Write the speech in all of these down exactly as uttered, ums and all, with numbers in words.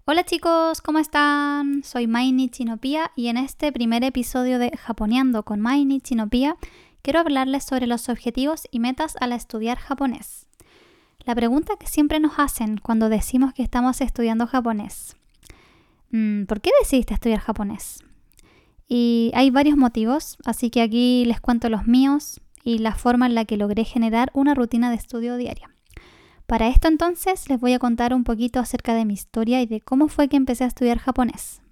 Hola chicos, ¿cómo están? Soy Mai Nichinopia y en este primer episodio de Japoneando con Mai Nichinopia quiero hablarles sobre los objetivos y metas al estudiar japonés. La pregunta que siempre nos hacen cuando decimos que estamos estudiando japonés: ¿por qué decidiste estudiar japonés? Y hay varios motivos, así que aquí les cuento los míos y la forma en la que logré generar una rutina de estudio diaria. Para esto entonces les voy a contar un poquito acerca de mi historia y de cómo fue que empecé a estudiar japonés.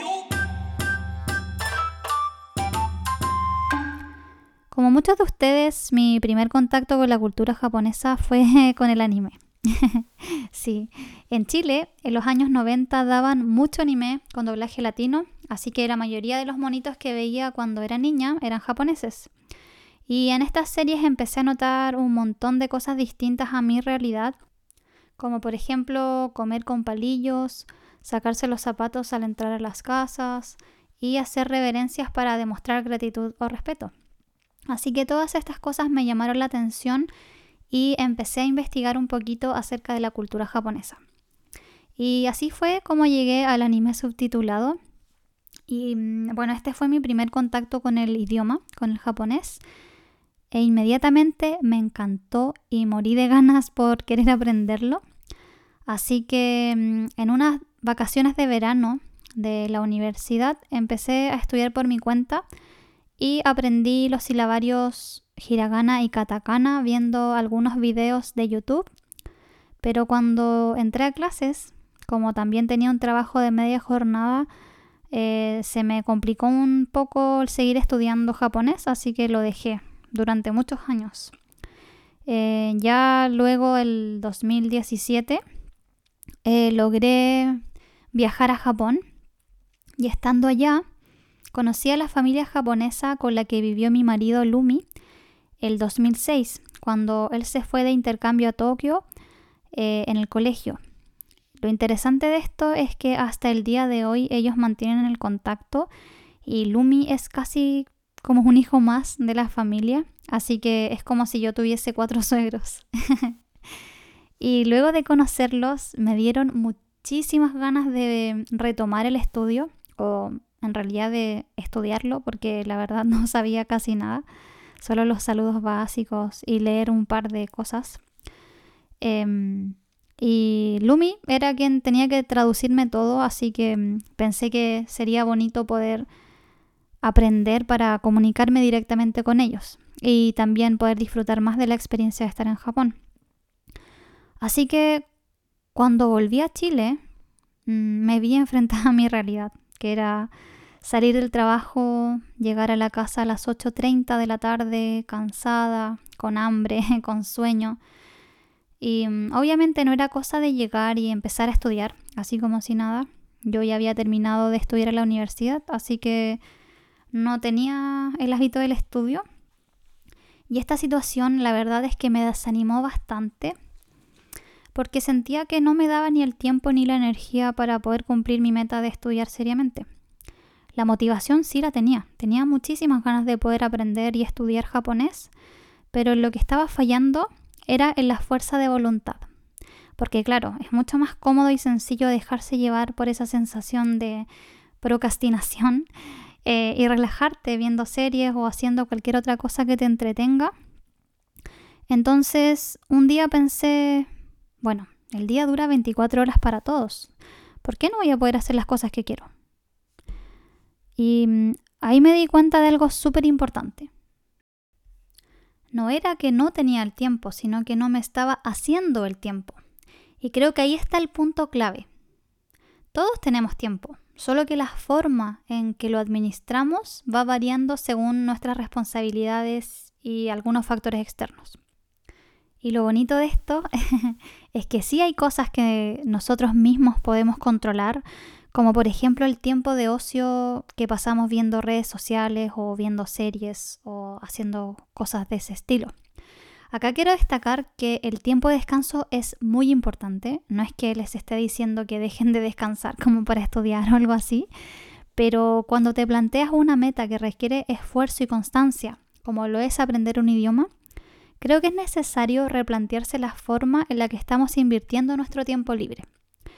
Como muchos de ustedes, mi primer contacto con la cultura japonesa fue con el anime. Sí, en Chile en los años noventa daban mucho anime con doblaje latino, así que la mayoría de los monitos que veía cuando era niña eran japoneses. Y en estas series empecé a notar un montón de cosas distintas a mi realidad, como por ejemplo comer con palillos, sacarse los zapatos al entrar a las casas y hacer reverencias para demostrar gratitud o respeto. Así que todas estas cosas me llamaron la atención y empecé a investigar un poquito acerca de la cultura japonesa. Y así fue como llegué al anime subtitulado. Y bueno, este fue mi primer contacto con el idioma, con el japonés. E inmediatamente me encantó y morí de ganas por querer aprenderlo. Así que en unas vacaciones de verano de la universidad empecé a estudiar por mi cuenta y aprendí los silabarios hiragana y katakana viendo algunos videos de YouTube. Pero cuando entré a clases, como también tenía un trabajo de media jornada, eh, se me complicó un poco el seguir estudiando japonés, así que lo dejé durante muchos años. Eh, ya luego, el dos mil diecisiete, eh, logré viajar a Japón y estando allá conocí a la familia japonesa con la que vivió mi marido Lumi el dos mil seis, cuando él se fue de intercambio a Tokio eh, en el colegio. Lo interesante de esto es que hasta el día de hoy ellos mantienen el contacto y Lumi es casi como un hijo más de la familia, así que es como si yo tuviese cuatro suegros. Y luego de conocerlos me dieron muchísimas ganas de retomar el estudio, o en realidad de estudiarlo, porque la verdad no sabía casi nada, solo los saludos básicos y leer un par de cosas. Eh, y Lumi era quien tenía que traducirme todo, así que pensé que sería bonito poder aprender para comunicarme directamente con ellos y también poder disfrutar más de la experiencia de estar en Japón. Así que cuando volví a Chile me vi enfrentada a mi realidad, que era salir del trabajo, llegar a la casa a las ocho treinta de la tarde, cansada, con hambre, con sueño. Y um, obviamente no era cosa de llegar y empezar a estudiar, así como si nada. Yo ya había terminado de estudiar en la universidad, así que no tenía el hábito del estudio. Y esta situación, la verdad es que me desanimó bastante, porque sentía que no me daba ni el tiempo ni la energía para poder cumplir mi meta de estudiar seriamente. La motivación sí la tenía, tenía muchísimas ganas de poder aprender y estudiar japonés, pero lo que estaba fallando era en la fuerza de voluntad. Porque claro, es mucho más cómodo y sencillo dejarse llevar por esa sensación de procrastinación eh, y relajarte viendo series o haciendo cualquier otra cosa que te entretenga. Entonces, un día pensé, bueno, el día dura veinticuatro horas para todos. ¿Por qué no voy a poder hacer las cosas que quiero? Y ahí me di cuenta de algo súper importante. No era que no tenía el tiempo, sino que no me estaba haciendo el tiempo. Y creo que ahí está el punto clave. Todos tenemos tiempo, solo que la forma en que lo administramos va variando según nuestras responsabilidades y algunos factores externos. Y lo bonito de esto es que sí hay cosas que nosotros mismos podemos controlar, como por ejemplo el tiempo de ocio que pasamos viendo redes sociales o viendo series o haciendo cosas de ese estilo. Acá quiero destacar que el tiempo de descanso es muy importante. No es que les esté diciendo que dejen de descansar como para estudiar o algo así, pero cuando te planteas una meta que requiere esfuerzo y constancia, como lo es aprender un idioma, creo que es necesario replantearse la forma en la que estamos invirtiendo nuestro tiempo libre.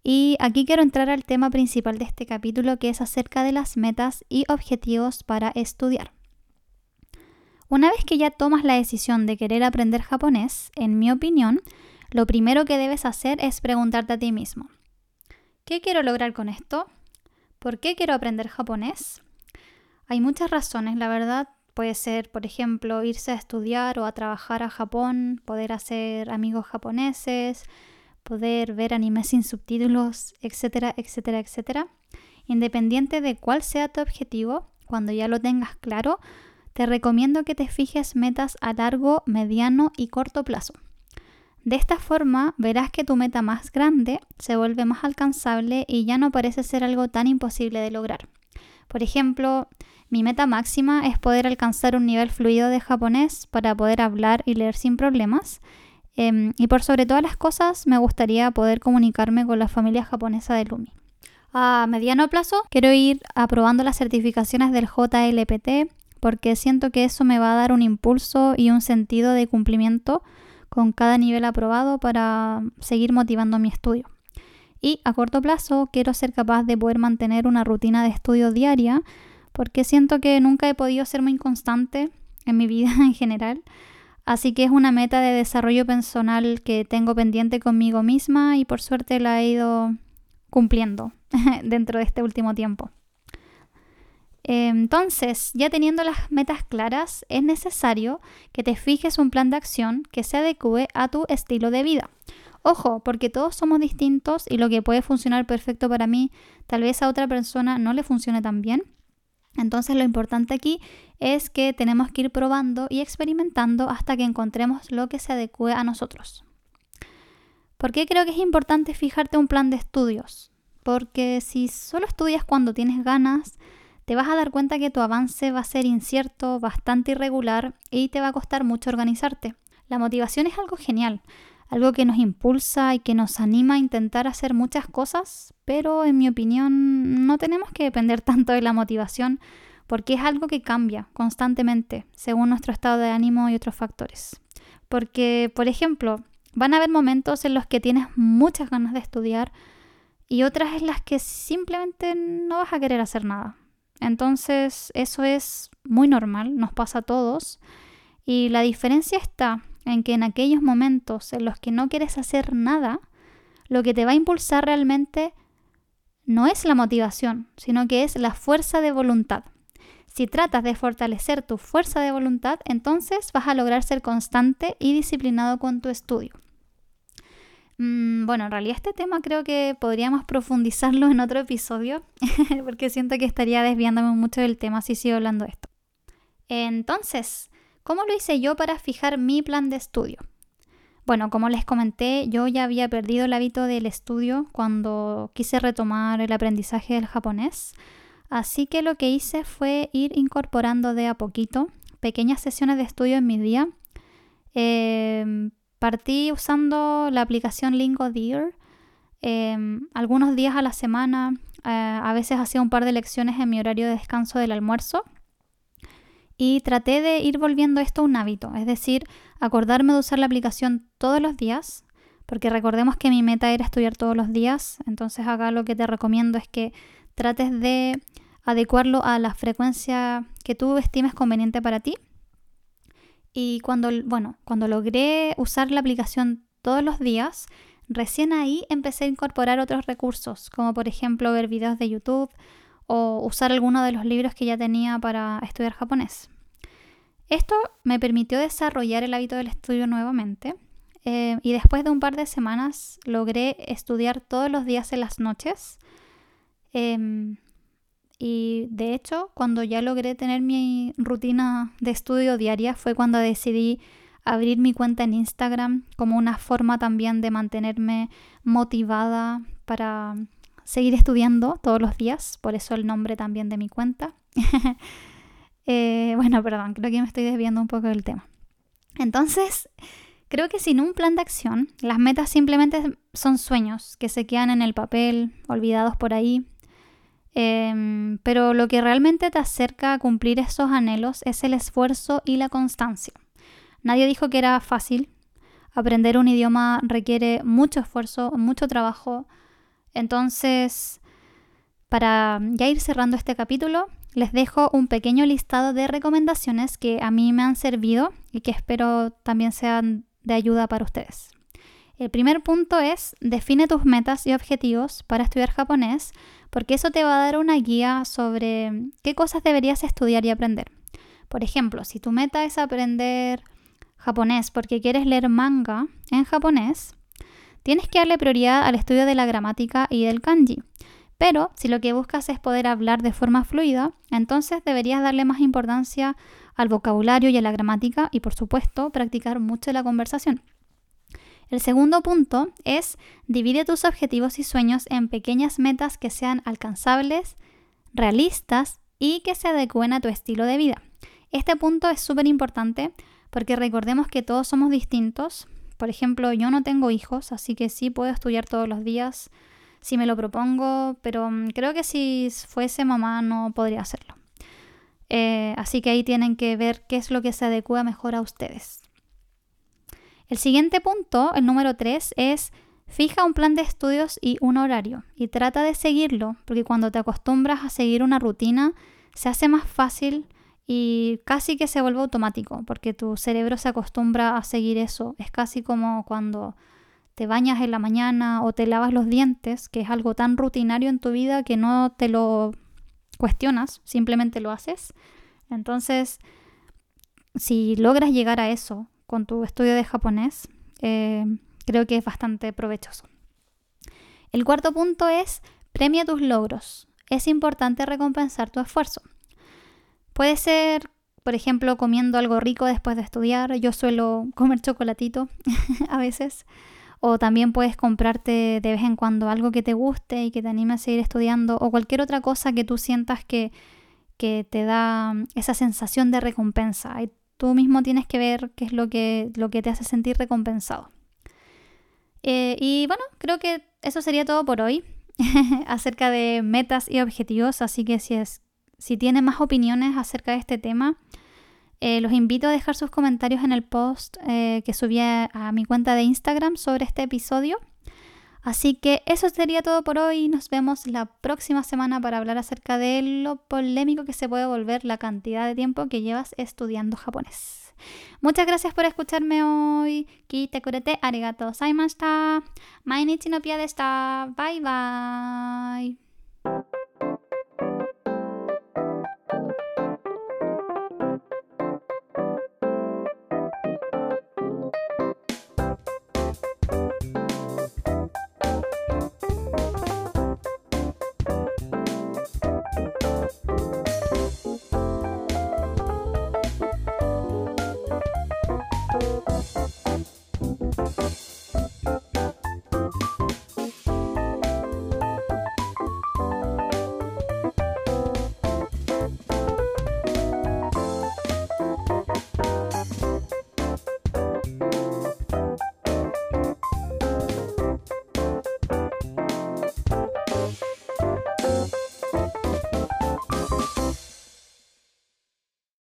Y aquí quiero entrar al tema principal de este capítulo, que es acerca de las metas y objetivos para estudiar. Una vez que ya tomas la decisión de querer aprender japonés, en mi opinión, lo primero que debes hacer es preguntarte a ti mismo: ¿qué quiero lograr con esto? ¿Por qué quiero aprender japonés? Hay muchas razones, la verdad. Puede ser, por ejemplo, irse a estudiar o a trabajar a Japón, poder hacer amigos japoneses, poder ver anime sin subtítulos, etcétera, etcétera, etcétera. Independiente de cuál sea tu objetivo, cuando ya lo tengas claro, te recomiendo que te fijes metas a largo, mediano y corto plazo. De esta forma verás que tu meta más grande se vuelve más alcanzable y ya no parece ser algo tan imposible de lograr. Por ejemplo, mi meta máxima es poder alcanzar un nivel fluido de japonés para poder hablar y leer sin problemas. Eh, y por sobre todas las cosas, me gustaría poder comunicarme con la familia japonesa de Lumi. A mediano plazo, quiero ir aprobando las certificaciones del J L P T, porque siento que eso me va a dar un impulso y un sentido de cumplimiento con cada nivel aprobado para seguir motivando mi estudio. Y a corto plazo quiero ser capaz de poder mantener una rutina de estudio diaria, porque siento que nunca he podido ser muy constante en mi vida en general. Así que es una meta de desarrollo personal que tengo pendiente conmigo misma y por suerte la he ido cumpliendo dentro de este último tiempo. Entonces, ya teniendo las metas claras, es necesario que te fijes un plan de acción que se adecue a tu estilo de vida. Ojo, porque todos somos distintos y lo que puede funcionar perfecto para mí, tal vez a otra persona no le funcione tan bien. Entonces, lo importante aquí es que tenemos que ir probando y experimentando hasta que encontremos lo que se adecue a nosotros. ¿Por qué creo que es importante fijarte un plan de estudios? Porque si solo estudias cuando tienes ganas, te vas a dar cuenta que tu avance va a ser incierto, bastante irregular y te va a costar mucho organizarte. La motivación es algo genial, algo que nos impulsa y que nos anima a intentar hacer muchas cosas, pero en mi opinión no tenemos que depender tanto de la motivación porque es algo que cambia constantemente según nuestro estado de ánimo y otros factores. Porque, por ejemplo, van a haber momentos en los que tienes muchas ganas de estudiar y otras en las que simplemente no vas a querer hacer nada. Entonces, eso es muy normal, nos pasa a todos. Y la diferencia está en que en aquellos momentos en los que no quieres hacer nada, lo que te va a impulsar realmente no es la motivación, sino que es la fuerza de voluntad. Si tratas de fortalecer tu fuerza de voluntad, entonces vas a lograr ser constante y disciplinado con tu estudio. Bueno, en realidad este tema creo que podríamos profundizarlo en otro episodio porque siento que estaría desviándome mucho del tema si sigo hablando de esto. Entonces, ¿cómo lo hice yo para fijar mi plan de estudio? Bueno, como les comenté, yo ya había perdido el hábito del estudio cuando quise retomar el aprendizaje del japonés, así que lo que hice fue ir incorporando de a poquito pequeñas sesiones de estudio en mi día. Eh, Partí usando la aplicación Lingodeer eh, algunos días a la semana. Eh, a veces hacía un par de lecciones en mi horario de descanso del almuerzo. Y traté de ir volviendo esto un hábito. Es decir, acordarme de usar la aplicación todos los días. Porque recordemos que mi meta era estudiar todos los días. Entonces acá lo que te recomiendo es que trates de adecuarlo a la frecuencia que tú estimes conveniente para ti. Y cuando, bueno, cuando logré usar la aplicación todos los días, recién ahí empecé a incorporar otros recursos, como por ejemplo ver videos de YouTube o usar alguno de los libros que ya tenía para estudiar japonés. Esto me permitió desarrollar el hábito del estudio nuevamente eh, y después de un par de semanas logré estudiar todos los días en las noches. Eh, Y de hecho, cuando ya logré tener mi rutina de estudio diaria fue cuando decidí abrir mi cuenta en Instagram como una forma también de mantenerme motivada para seguir estudiando todos los días. Por eso el nombre también de mi cuenta. eh, bueno, perdón, creo que me estoy desviando un poco del tema. Entonces, creo que sin un plan de acción, las metas simplemente son sueños que se quedan en el papel, olvidados por ahí. Eh, pero lo que realmente te acerca a cumplir esos anhelos es el esfuerzo y la constancia. Nadie dijo que era fácil. Aprender un idioma requiere mucho esfuerzo, mucho trabajo Entonces, para ya ir cerrando este capítulo, les dejo un pequeño listado de recomendaciones que a mí me han servido y que espero también sean de ayuda para ustedes. El primer punto es: define tus metas y objetivos para estudiar japonés, porque eso te va a dar una guía sobre qué cosas deberías estudiar y aprender. Por ejemplo, si tu meta es aprender japonés porque quieres leer manga en japonés, tienes que darle prioridad al estudio de la gramática y del kanji. Pero si lo que buscas es poder hablar de forma fluida, entonces deberías darle más importancia al vocabulario y a la gramática y, por supuesto, practicar mucho la conversación. El segundo punto es: divide tus objetivos y sueños en pequeñas metas que sean alcanzables, realistas y que se adecúen a tu estilo de vida. Este punto es súper importante porque recordemos que todos somos distintos. Por ejemplo, yo no tengo hijos, así que sí puedo estudiar todos los días si me lo propongo, pero creo que si fuese mamá no podría hacerlo. Eh, así que ahí tienen que ver qué es lo que se adecua mejor a ustedes. El siguiente punto, el número tres, es: fija un plan de estudios y un horario y trata de seguirlo, porque cuando te acostumbras a seguir una rutina se hace más fácil y casi que se vuelve automático, porque tu cerebro se acostumbra a seguir eso. Es casi como cuando te bañas en la mañana o te lavas los dientes, que es algo tan rutinario en tu vida que no te lo cuestionas, simplemente lo haces. Entonces, si logras llegar a eso con tu estudio de japonés, eh, creo que es bastante provechoso. El cuarto punto es: premia tus logros. Es importante recompensar tu esfuerzo. Puede ser, por ejemplo, comiendo algo rico después de estudiar. Yo suelo comer chocolatito a veces. O también puedes comprarte de vez en cuando algo que te guste y que te anime a seguir estudiando, o cualquier otra cosa que tú sientas que, que te da esa sensación de recompensa. Y tú mismo tienes que ver qué es lo que, lo que te hace sentir recompensado. Eh, y bueno, creo que eso sería todo por hoy acerca de metas y objetivos. Así que si, es, si tienen más opiniones acerca de este tema, Eh, los invito a dejar sus comentarios en el post eh, que subí a, a mi cuenta de Instagram sobre este episodio. Así que eso sería todo por hoy. Nos vemos la próxima semana para hablar acerca de lo polémico que se puede volver la cantidad de tiempo que llevas estudiando japonés. Muchas gracias por escucharme hoy. Kite kurete arigatou gozaimashita. Mainichi no pia deshita. Bye bye.